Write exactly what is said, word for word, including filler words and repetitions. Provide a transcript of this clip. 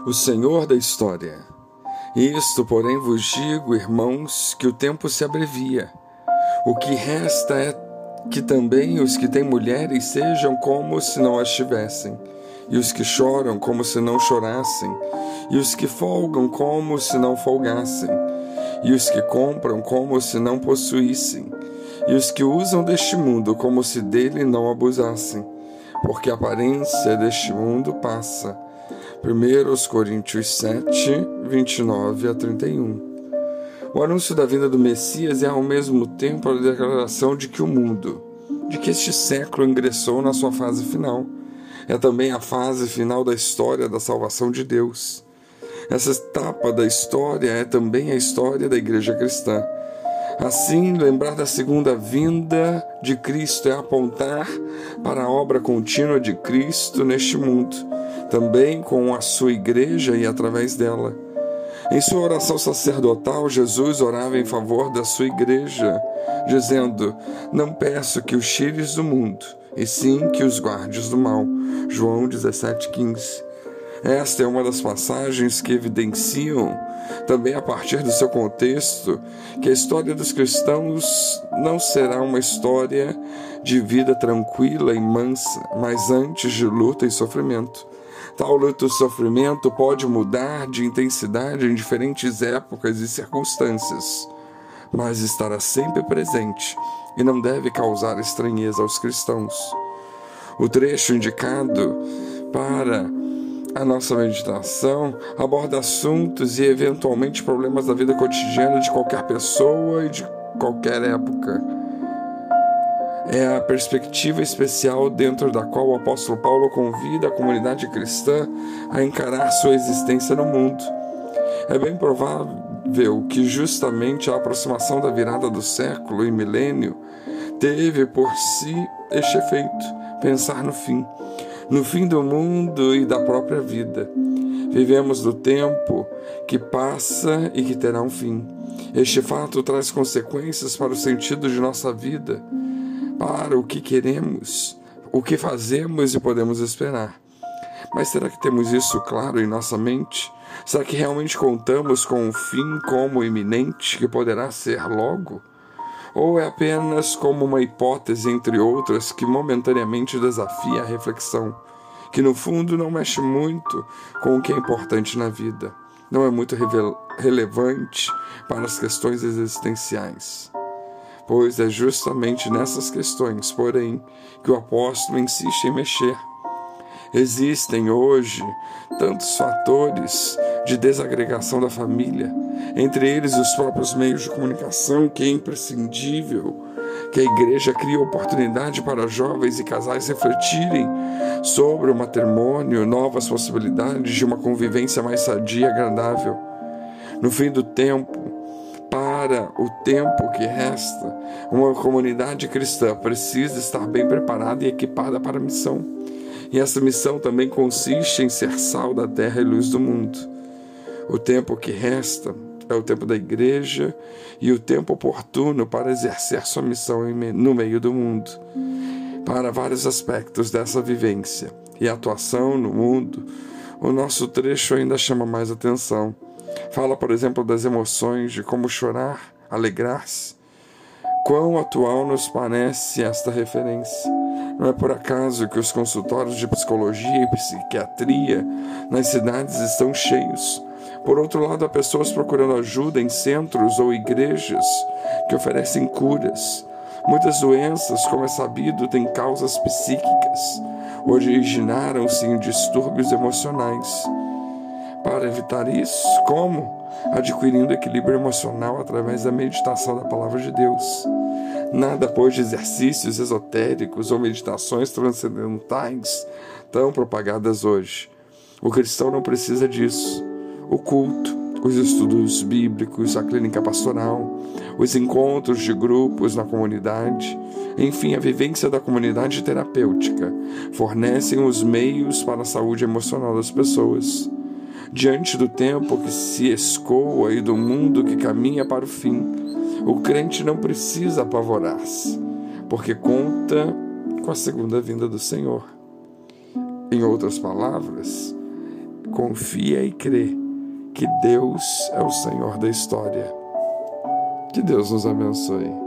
o Senhor da história. Isto, porém, vos digo, irmãos, que o tempo se abrevia. O que resta é que também os que têm mulheres sejam como se não as tivessem, e os que choram como se não chorassem, e os que folgam como se não folgassem, e os que compram como se não possuíssem, e os que usam deste mundo como se dele não abusassem, porque a aparência deste mundo passa. primeira Coríntios sete, vinte e nove a trinta e um. O anúncio da vinda do Messias é ao mesmo tempo a declaração de que o mundo, de que este século ingressou na sua fase final. É também a fase final da história da salvação de Deus. Essa etapa da história é também a história da Igreja Cristã. Assim, lembrar da segunda vinda de Cristo é apontar para a obra contínua de Cristo neste mundo, também com a sua Igreja e através dela. Em sua oração sacerdotal, Jesus orava em favor da sua Igreja, dizendo: não peço que os tires do mundo, e sim que os guardes do mal. João dezessete, quinze. Esta é uma das passagens que evidenciam, também a partir do seu contexto, que a história dos cristãos não será uma história de vida tranquila e mansa, mas antes de luta e sofrimento. Tal luta e sofrimento pode mudar de intensidade em diferentes épocas e circunstâncias, mas estará sempre presente e não deve causar estranheza aos cristãos. O trecho indicado para a nossa meditação aborda assuntos e eventualmente problemas da vida cotidiana de qualquer pessoa e de qualquer época. É a perspectiva especial dentro da qual o apóstolo Paulo convida a comunidade cristã a encarar sua existência no mundo. É bem provável que justamente a aproximação da virada do século e milênio teve por si este efeito: pensar no fim, no fim do mundo e da própria vida. Vivemos no tempo que passa e que terá um fim. Este fato traz consequências para o sentido de nossa vida, para o que queremos, o que fazemos e podemos esperar. Mas será que temos isso claro em nossa mente? Será que realmente contamos com um fim como iminente que poderá ser logo? Ou é apenas como uma hipótese entre outras que momentaneamente desafia a reflexão, que no fundo não mexe muito com o que é importante na vida, não é muito relevante para as questões existenciais? Pois é justamente nessas questões, porém, que o apóstolo insiste em mexer. Existem hoje tantos fatores de desagregação da família, entre eles os próprios meios de comunicação, que é imprescindível que a igreja crie oportunidade para jovens e casais refletirem sobre o matrimônio, novas possibilidades de uma convivência mais sadia e agradável. No fim do tempo, para o tempo que resta, uma comunidade cristã precisa estar bem preparada e equipada para a missão. E essa missão também consiste em ser sal da terra e luz do mundo. O tempo que resta é o tempo da igreja e o tempo oportuno para exercer sua missão no meio do mundo. Para vários aspectos dessa vivência e atuação no mundo, o nosso trecho ainda chama mais atenção. Fala, por exemplo, das emoções, de como chorar, alegrar-se. Quão atual nos parece esta referência? Não é por acaso que os consultórios de psicologia e psiquiatria nas cidades estão cheios. Por outro lado, há pessoas procurando ajuda em centros ou igrejas que oferecem curas. Muitas doenças, como é sabido, têm causas psíquicas, originaram-se em distúrbios emocionais. Para evitar isso, como? Adquirindo equilíbrio emocional através da meditação da Palavra de Deus. Nada, pois, de exercícios esotéricos ou meditações transcendentais tão propagadas hoje. O cristão não precisa disso. O culto, os estudos bíblicos, a clínica pastoral, os encontros de grupos na comunidade, enfim, a vivência da comunidade terapêutica fornecem os meios para a saúde emocional das pessoas. Diante do tempo que se escoa e do mundo que caminha para o fim, o crente não precisa apavorar-se, porque conta com a segunda vinda do Senhor. Em outras palavras, confia e crê que Deus é o Senhor da história. Que Deus nos abençoe.